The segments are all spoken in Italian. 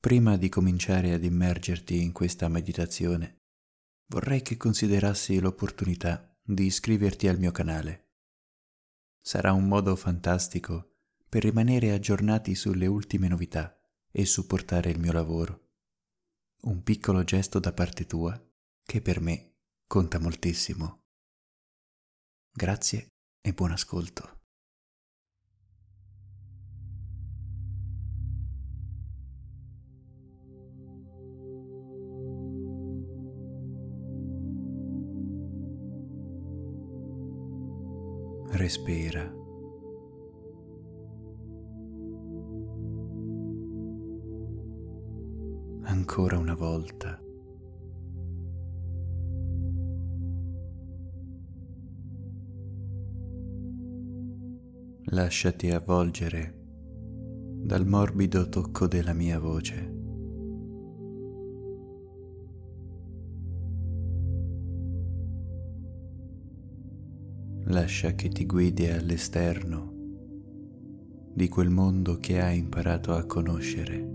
Prima di cominciare ad immergerti in questa meditazione, vorrei che considerassi l'opportunità di iscriverti al mio canale. Sarà un modo fantastico per rimanere aggiornati sulle ultime novità e supportare il mio lavoro. Un piccolo gesto da parte tua che per me conta moltissimo. Grazie e buon ascolto. Respira. Ancora una volta. Lasciati avvolgere dal morbido tocco della mia voce. Lascia che ti guidi all'esterno di quel mondo che hai imparato a conoscere.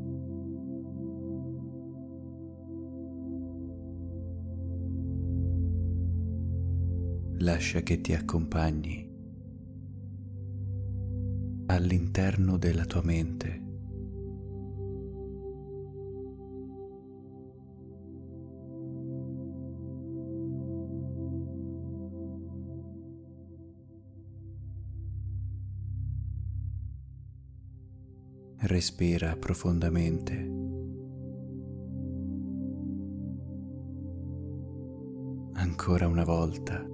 Lascia che ti accompagni all'interno della tua mente. Respira profondamente. Ancora una volta.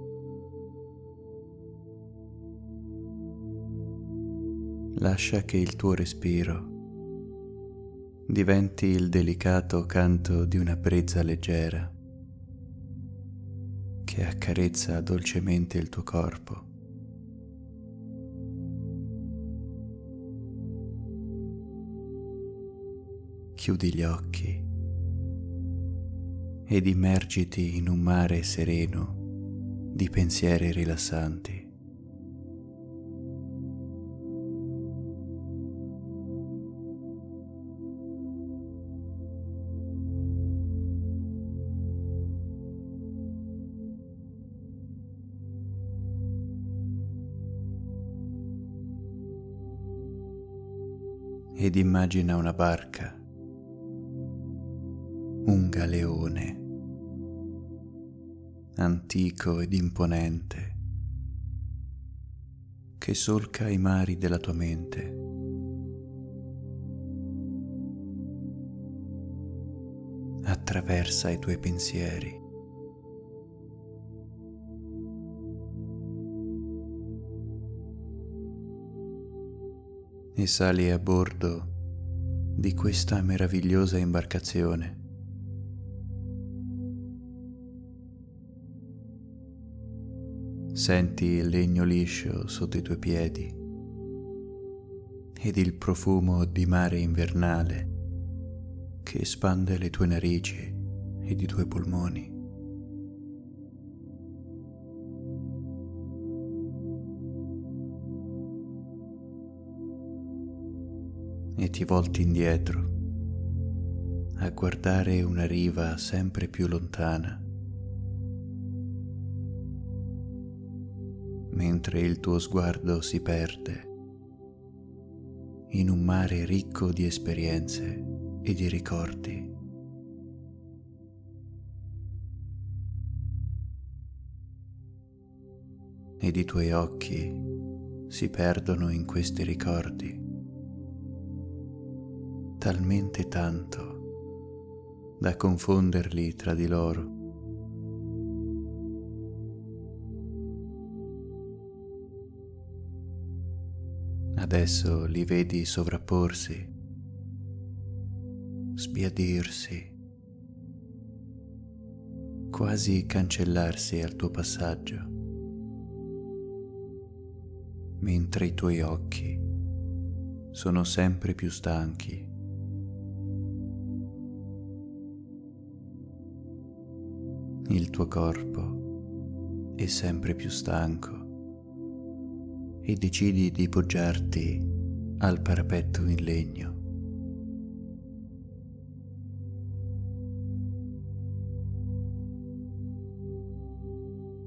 Lascia che il tuo respiro diventi il delicato canto di una brezza leggera che accarezza dolcemente il tuo corpo. Chiudi gli occhi ed immergiti in un mare sereno di pensieri rilassanti. Ed immagina una barca, un galeone, antico ed imponente, che solca i mari della tua mente. Attraversa i tuoi pensieri. E sali a bordo di questa meravigliosa imbarcazione. Senti il legno liscio sotto i tuoi piedi ed il profumo di mare invernale che espande le tue narici ed i tuoi polmoni. E ti volti indietro a guardare una riva sempre più lontana, mentre il tuo sguardo si perde in un mare ricco di esperienze e di ricordi. Ed i tuoi occhi si perdono in questi ricordi talmente tanto da confonderli tra di loro. Adesso li vedi sovrapporsi, sbiadirsi, quasi cancellarsi al tuo passaggio, mentre i tuoi occhi sono sempre più stanchi. Il tuo corpo è sempre più stanco e decidi di poggiarti al parapetto in legno.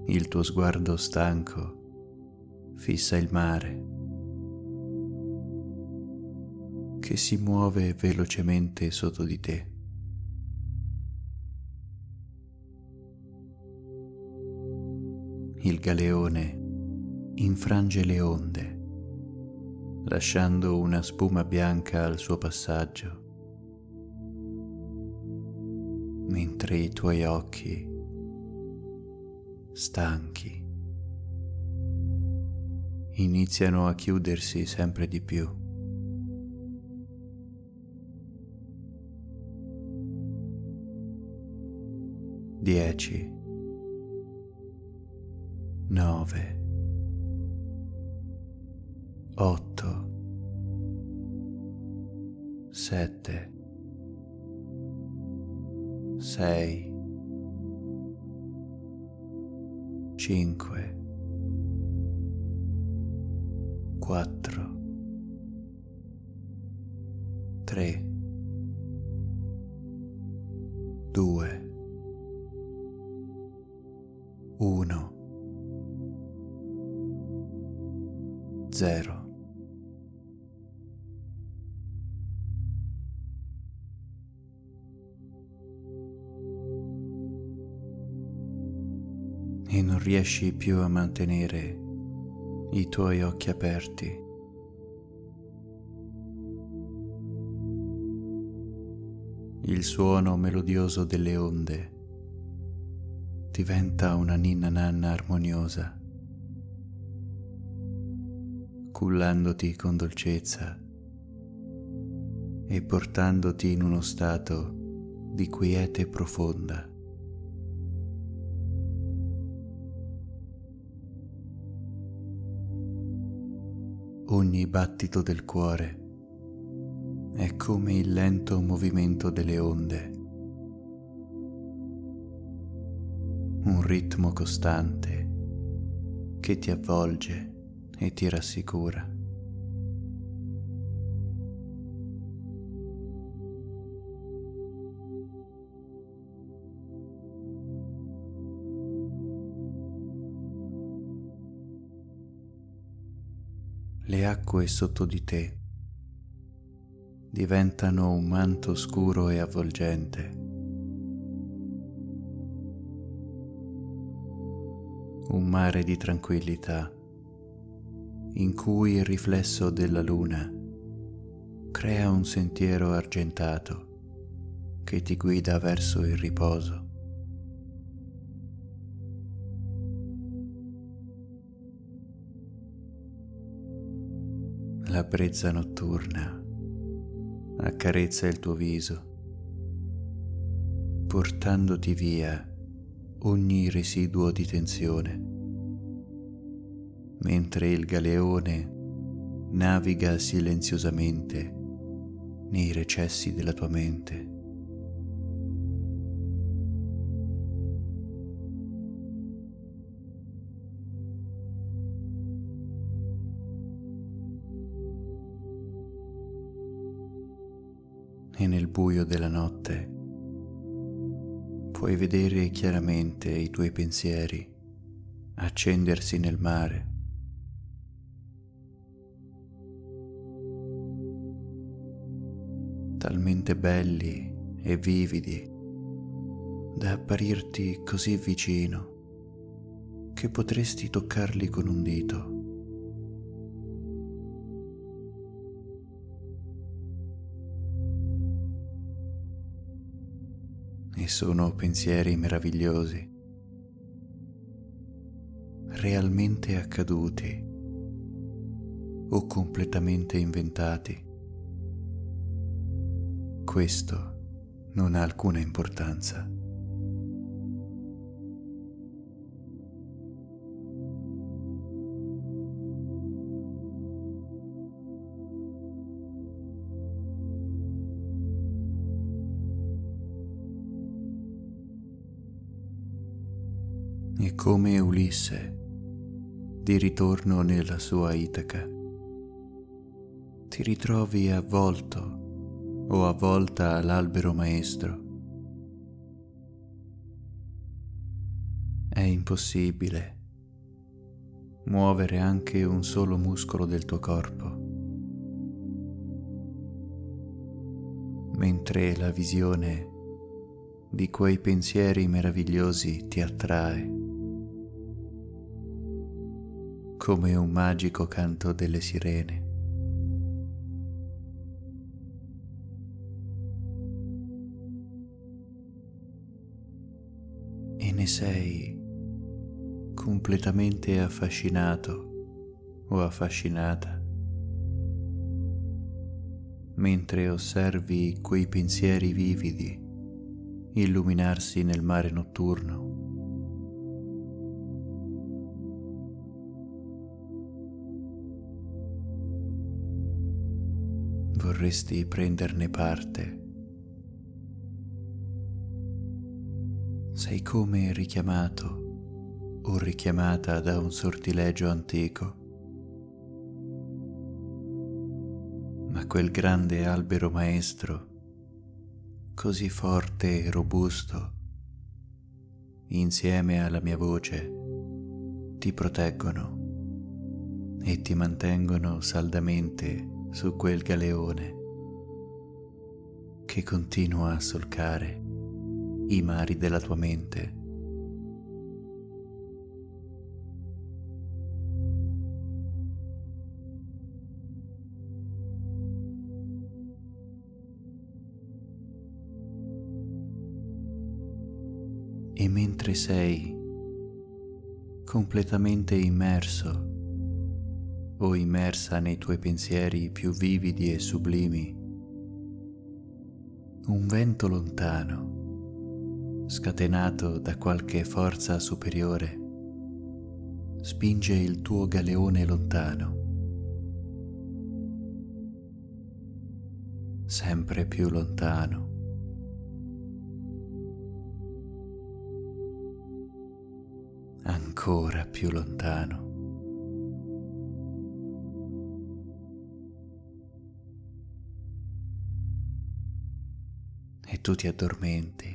Il tuo sguardo stanco fissa il mare, che si muove velocemente sotto di te. Il galeone infrange le onde, lasciando una spuma bianca al suo passaggio, mentre i tuoi occhi, stanchi, iniziano a chiudersi sempre di più. Dieci, 9, 8, 7, 6, 5, 4, 3, 2, 1, 0. E non riesci più a mantenere i tuoi occhi aperti. Il suono melodioso delle onde diventa una ninna nanna armoniosa, cullandoti con dolcezza e portandoti in uno stato di quiete profonda. Ogni battito del cuore è come il lento movimento delle onde, un ritmo costante che ti avvolge e ti rassicura. Le acque sotto di te diventano un manto scuro e avvolgente, un mare di tranquillità in cui il riflesso della luna crea un sentiero argentato che ti guida verso il riposo. La brezza notturna accarezza il tuo viso, portandoti via ogni residuo di tensione, mentre il galeone naviga silenziosamente nei recessi della tua mente. E nel buio della notte puoi vedere chiaramente i tuoi pensieri accendersi nel mare. Talmente belli e vividi da apparirti così vicino che potresti toccarli con un dito. E sono pensieri meravigliosi, realmente accaduti o completamente inventati. Questo non ha alcuna importanza. E come Ulisse, di ritorno nella sua Itaca, ti ritrovi avvolto o avvolta all'albero maestro È impossibile muovere anche un solo muscolo del tuo corpo, mentre la visione di quei pensieri meravigliosi ti attrae, come un magico canto delle sirene. E ne sei completamente affascinato o affascinata, mentre osservi quei pensieri vividi illuminarsi nel mare notturno. Vorresti prenderne parte. Sei come richiamato o richiamata da un sortilegio antico, ma quel grande albero maestro, così forte e robusto, insieme alla mia voce, ti proteggono e ti mantengono saldamente su quel galeone che continua a solcare i mari della tua mente. E mentre sei completamente immerso o immersa nei tuoi pensieri più vividi e sublimi, un vento lontano, scatenato da qualche forza superiore, spinge il tuo galeone lontano, sempre più lontano. Ancora più lontano. E tu ti addormenti,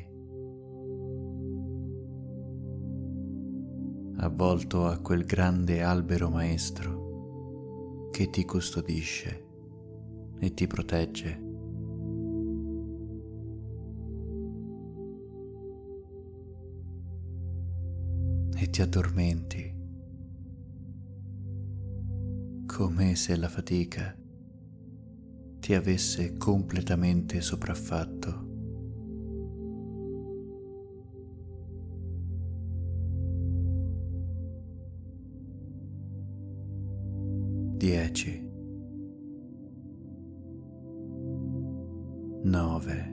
avvolto a quel grande albero maestro che ti custodisce e ti protegge. E ti addormenti come se la fatica ti avesse completamente sopraffatto. 10, 9,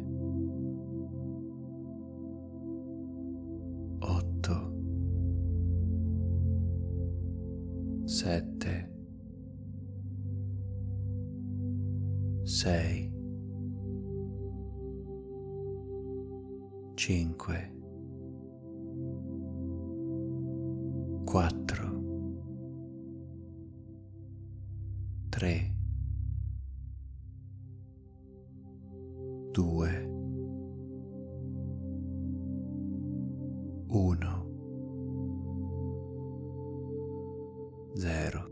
8, 7, 6, 5, 4, 3, 2, 1, 0.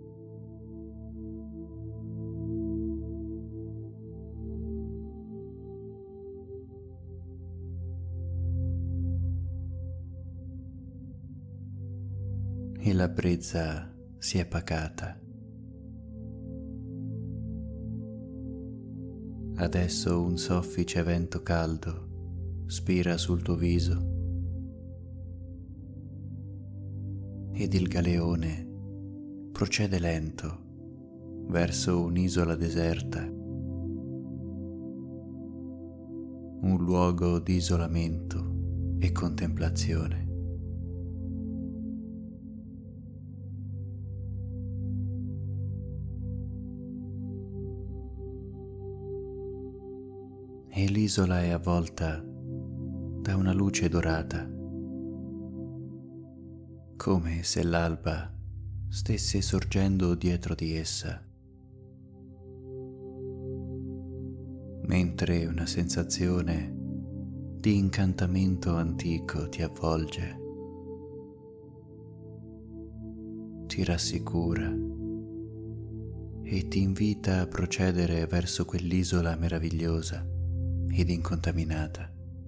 E la brezza si è pacata. Adesso un soffice vento caldo spira sul tuo viso ed il galeone procede lento verso un'isola deserta, un luogo di isolamento e contemplazione. E l'isola è avvolta da una luce dorata, come se l'alba stesse sorgendo dietro di essa, mentre una sensazione di incantamento antico ti avvolge. ti rassicura e ti invita a procedere verso quell'isola meravigliosa ed incontaminata.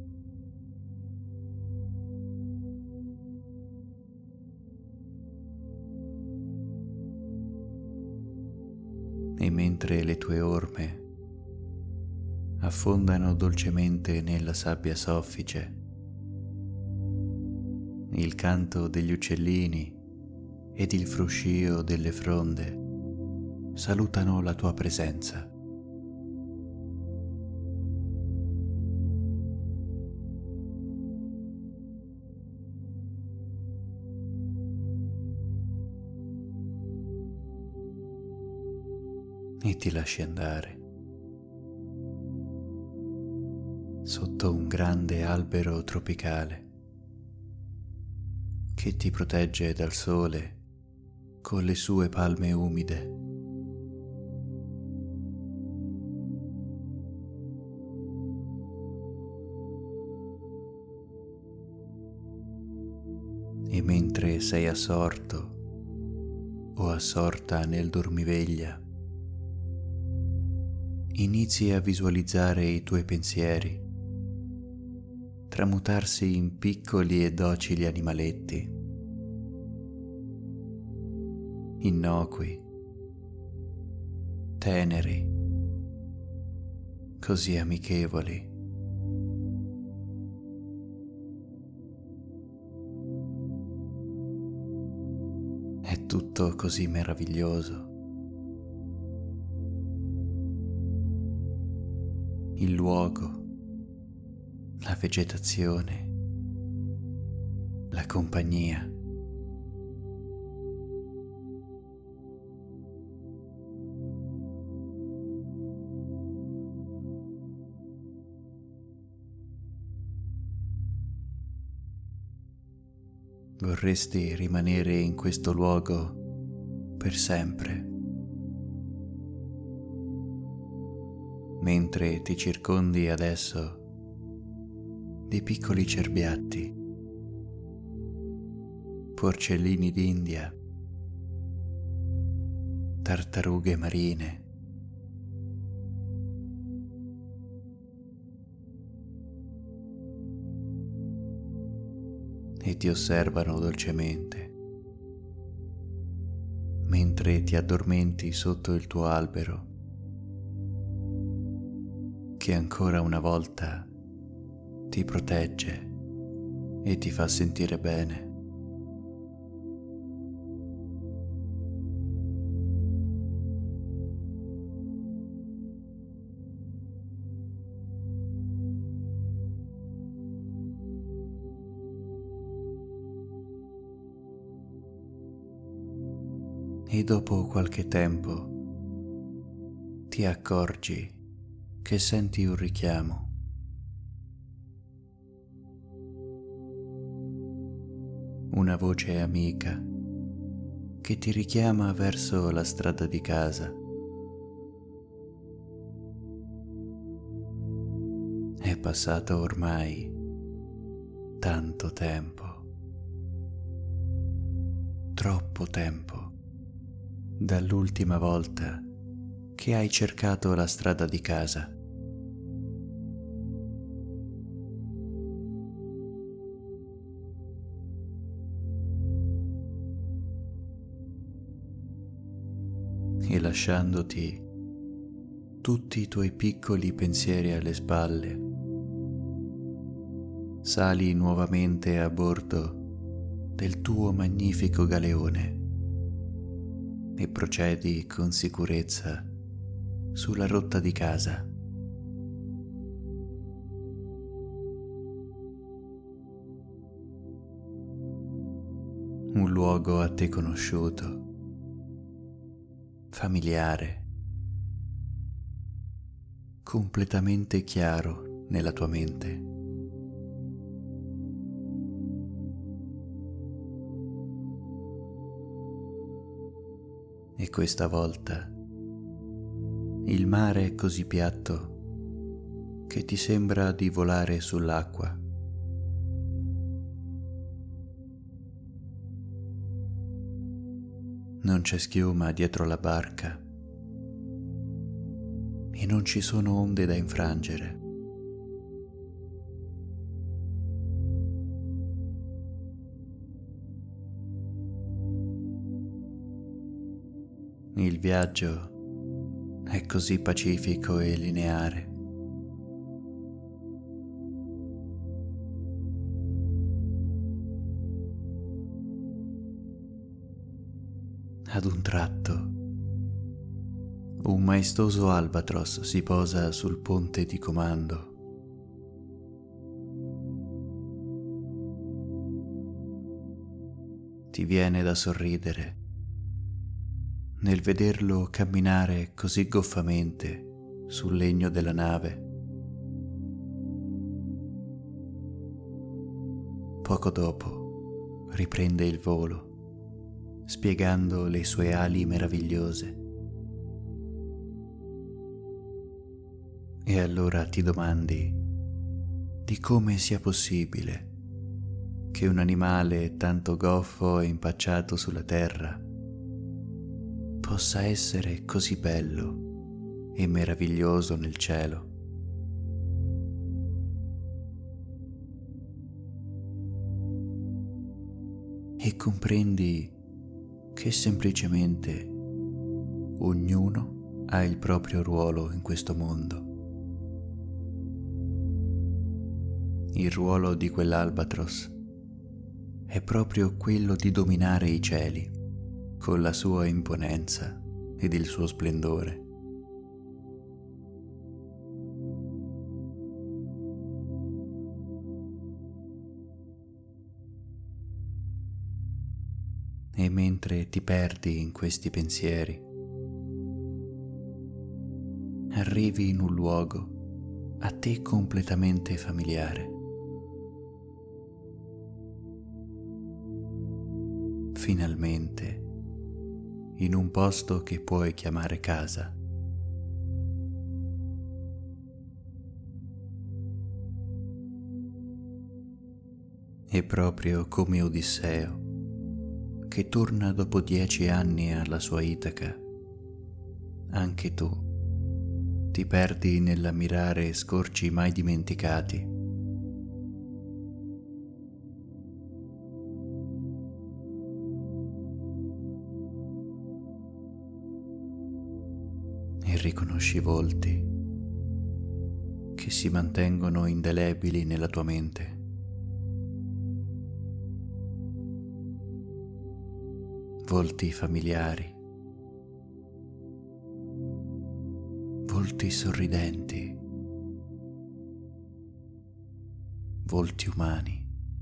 E mentre le tue orme affondano dolcemente nella sabbia soffice, il canto degli uccellini ed il fruscio delle fronde salutano la tua presenza. E ti lasci andare sotto un grande albero tropicale che ti protegge dal sole con le sue palme umide. E mentre sei assorto o assorta nel dormiveglia, inizi a visualizzare i tuoi pensieri tramutarsi in piccoli e docili animaletti, innocui, teneri, così amichevoli. È tutto così meraviglioso. Il luogo, la vegetazione, la compagnia. Vorresti rimanere in questo luogo per sempre, mentre ti circondi adesso di piccoli cerbiatti, porcellini d'India, tartarughe marine, e ti osservano dolcemente mentre ti addormenti sotto il tuo albero che ancora una volta ti protegge e ti fa sentire bene. E dopo qualche tempo ti accorgi che senti un richiamo. Una voce amica che ti richiama verso la strada di casa. È passato ormai tanto tempo, troppo tempo, dall'ultima volta che hai cercato la strada di casa. E lasciandoti tutti i tuoi piccoli pensieri alle spalle, sali nuovamente a bordo del tuo magnifico galeone e procedi con sicurezza sulla rotta di casa. Un luogo a te conosciuto, familiare, completamente chiaro nella tua mente. E questa volta il mare è così piatto che ti sembra di volare sull'acqua. Non c'è schiuma dietro la barca e non ci sono onde da infrangere. Il viaggio è così pacifico e lineare. Ad un tratto, un maestoso albatros si posa sul ponte di comando. Ti viene da sorridere nel vederlo camminare così goffamente sul legno della nave. Poco dopo riprende il volo, spiegando le sue ali meravigliose. E allora ti domandi di come sia possibile che un animale tanto goffo e impacciato sulla terra possa essere così bello e meraviglioso nel cielo. E comprendi che semplicemente ognuno ha il proprio ruolo in questo mondo. Il ruolo di quell'albatros è proprio quello di dominare i cieli con la sua imponenza ed il suo splendore. E mentre ti perdi in questi pensieri, arrivi in un luogo a te completamente familiare. Finalmente, in un posto che puoi chiamare casa. È proprio come Odisseo, che torna dopo 10 anni alla sua Itaca. Anche tu ti perdi nell'ammirare scorci mai dimenticati. E riconosci volti che si mantengono indelebili nella tua mente. Volti familiari, volti sorridenti, volti umani.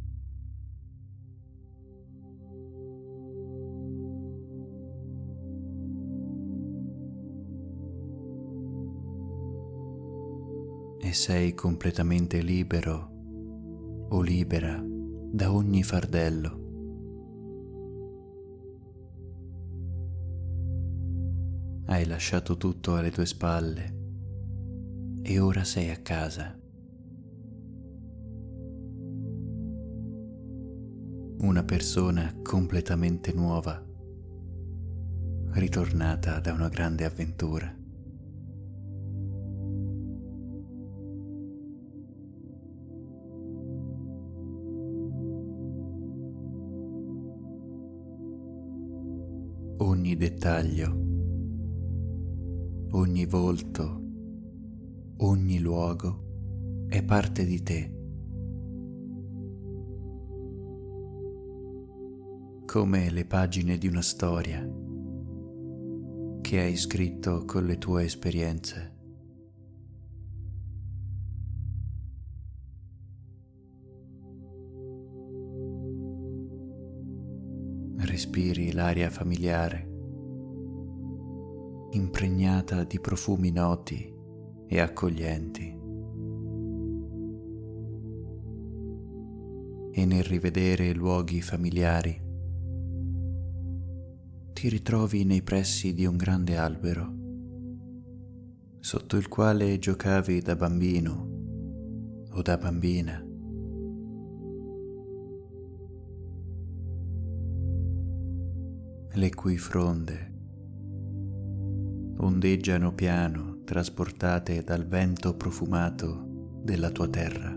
E sei completamente libero o libera da ogni fardello. Hai lasciato tutto alle tue spalle e ora sei a casa. Una persona completamente nuova, ritornata da una grande avventura. Ogni dettaglio, ogni volto, ogni luogo è parte di te. Come le pagine di una storia che hai scritto con le tue esperienze. Respiri l'aria familiare, impregnata di profumi noti e accoglienti. E nel rivedere luoghi familiari, ti ritrovi nei pressi di un grande albero, sotto il quale giocavi da bambino o da bambina. le cui fronde ondeggiano piano, trasportate dal vento profumato della tua terra.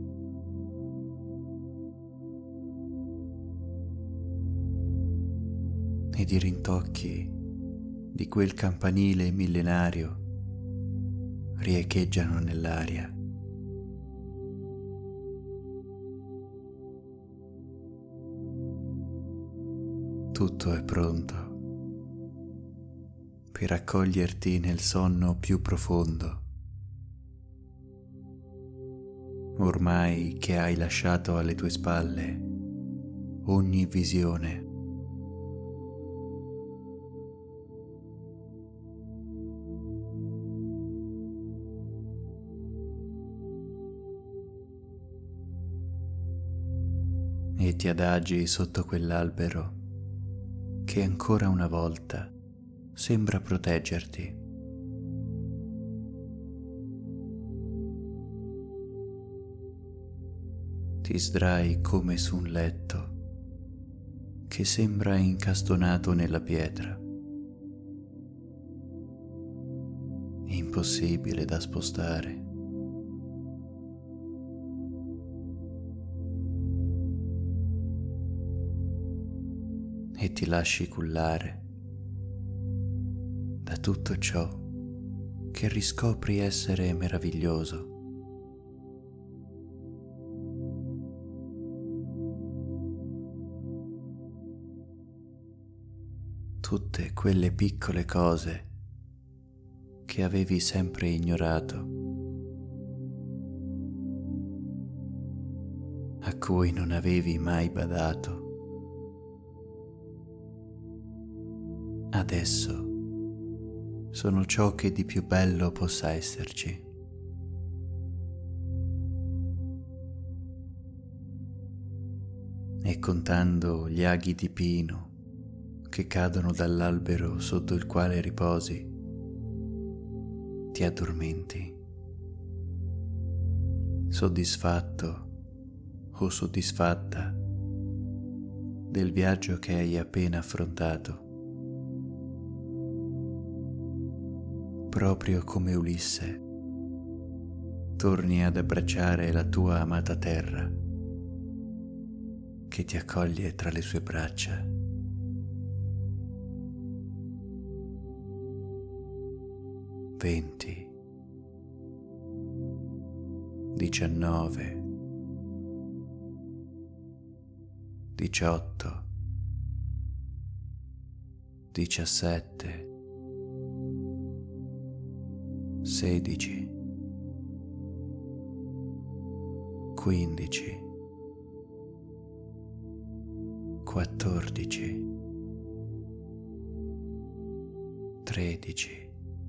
Ed i rintocchi di quel campanile millenario riecheggiano nell'aria. Tutto è pronto per accoglierti nel sonno più profondo, ormai che hai lasciato alle tue spalle ogni visione. E ti adagi sotto quell'albero che ancora una volta sembra proteggerti. Ti sdrai come su un letto che sembra incastonato nella pietra, impossibile da spostare. E ti lasci cullare da tutto ciò che riscopri essere meraviglioso. Tutte quelle piccole cose che avevi sempre ignorato, a cui non avevi mai badato. Adesso sono ciò che di più bello possa esserci. E contando gli aghi di pino che cadono dall'albero sotto il quale riposi, ti addormenti, soddisfatto o soddisfatta del viaggio che hai appena affrontato. Proprio come Ulisse, torni ad abbracciare la tua amata terra che ti accoglie tra le sue braccia. Venti, 19, 18, 17, 16, 15, 14, 13,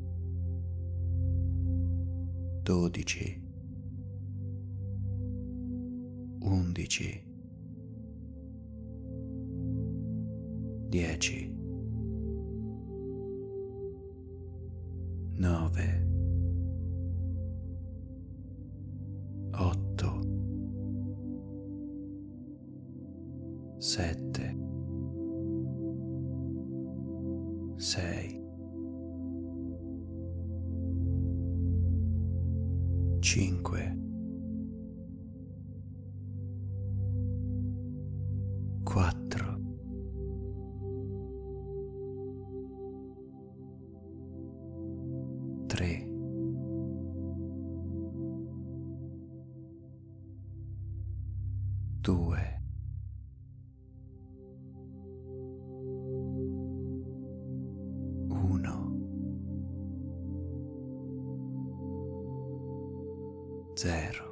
12, 11, 10, 9, 8, 7, 6, 5, 4, 3, 2, 1, 0.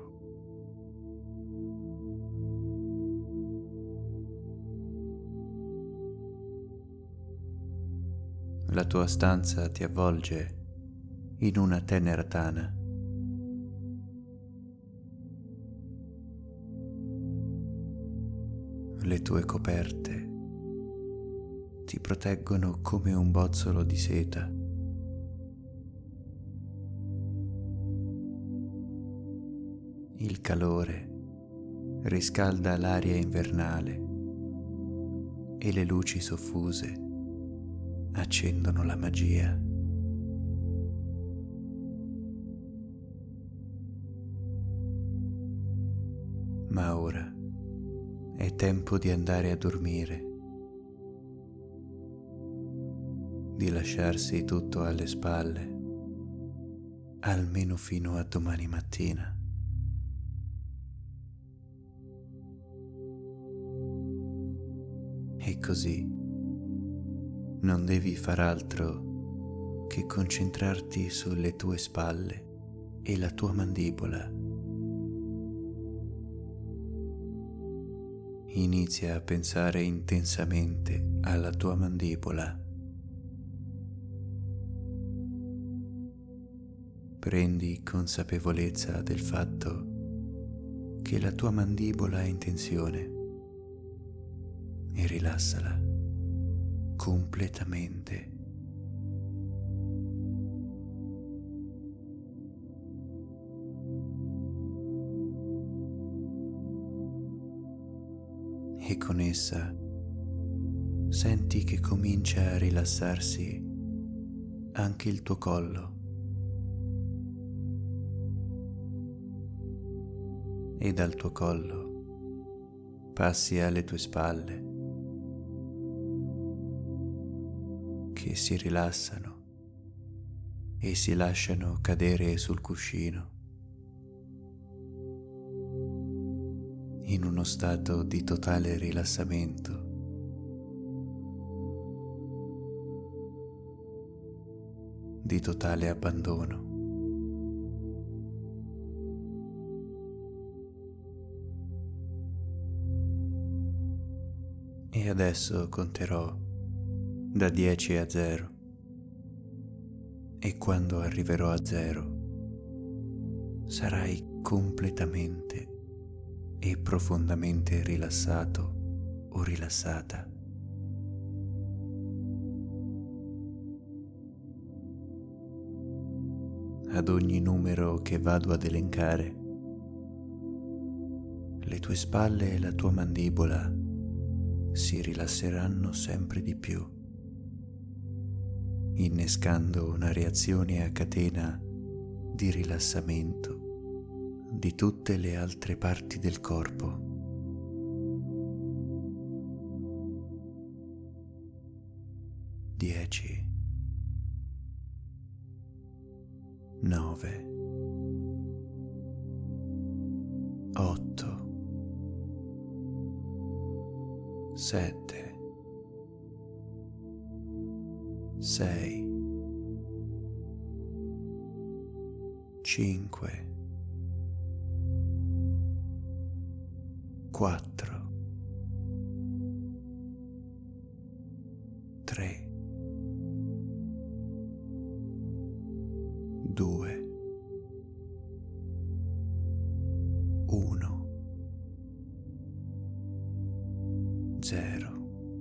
La tua stanza ti avvolge in una tenera tana. Le tue coperte ti proteggono come un bozzolo di seta. Il calore riscalda l'aria invernale e le luci soffuse accendono la magia. Ma ora è tempo di andare a dormire, di lasciarsi tutto alle spalle, almeno fino a domani mattina. E così non devi far altro che concentrarti sulle tue spalle e la tua mandibola. Inizia a pensare intensamente alla tua mandibola. Prendi consapevolezza del fatto che la tua mandibola è in tensione e rilassala completamente. E con essa senti che comincia a rilassarsi anche il tuo collo. E dal tuo collo passi alle tue spalle, che si rilassano e si lasciano cadere sul cuscino in uno stato di totale rilassamento. Di totale abbandono. E adesso conterò da 10 a 0 e quando arriverò a 0 sarai completamente e profondamente rilassato o rilassata. Ad ogni numero che vado ad elencare, le tue spalle e la tua mandibola si rilasseranno sempre di più, innescando una reazione a catena di rilassamento di tutte le altre parti del corpo. 10, 9, 8, 7, 6, 5, 4, 3, 2, 1, 0.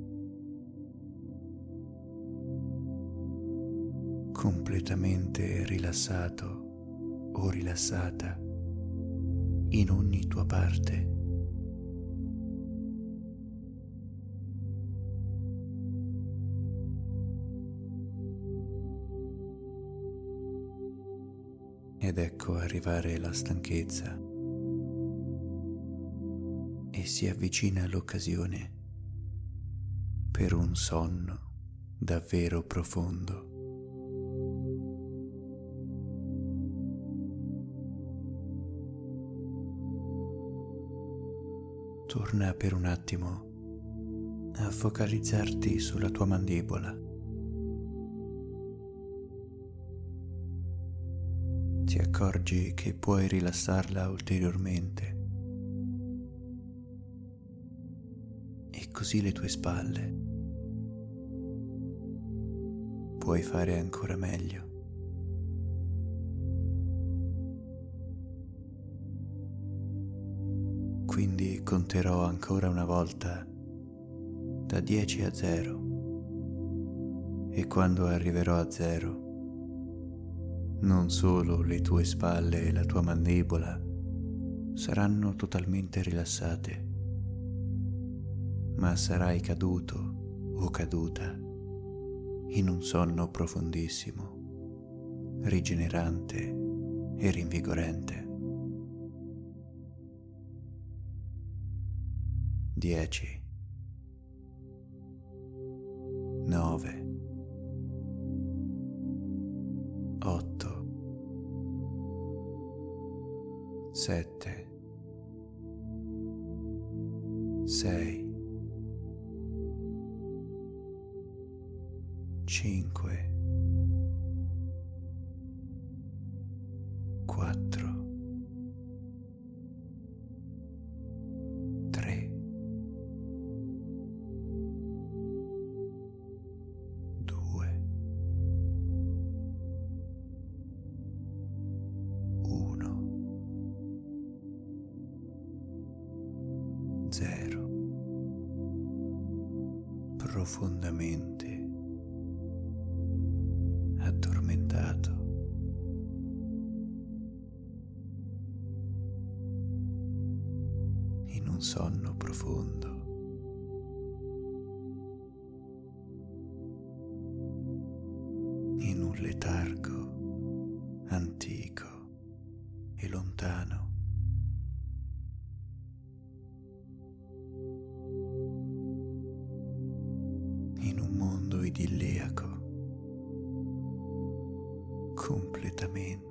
Completamente rilassato o rilassata in ogni tua parte. Ed ecco arrivare la stanchezza e si avvicina l'occasione per un sonno davvero profondo. Torna per un attimo a focalizzarti sulla tua mandibola. Ti accorgi che puoi rilassarla ulteriormente e così le tue spalle. Puoi fare ancora meglio. Quindi conterò ancora una volta da 10 a 0 e quando arriverò a 0 non solo le tue spalle e la tua mandibola saranno totalmente rilassate, ma sarai caduto o caduta in un sonno profondissimo, rigenerante e rinvigorente. 10, 9, 8, 7, 6, 5, 4, 3, 2, 1, 0. Profondamente addormentato. In un sonno profondo. In un letargo antico e lontano. In un mondo idilliaco completamente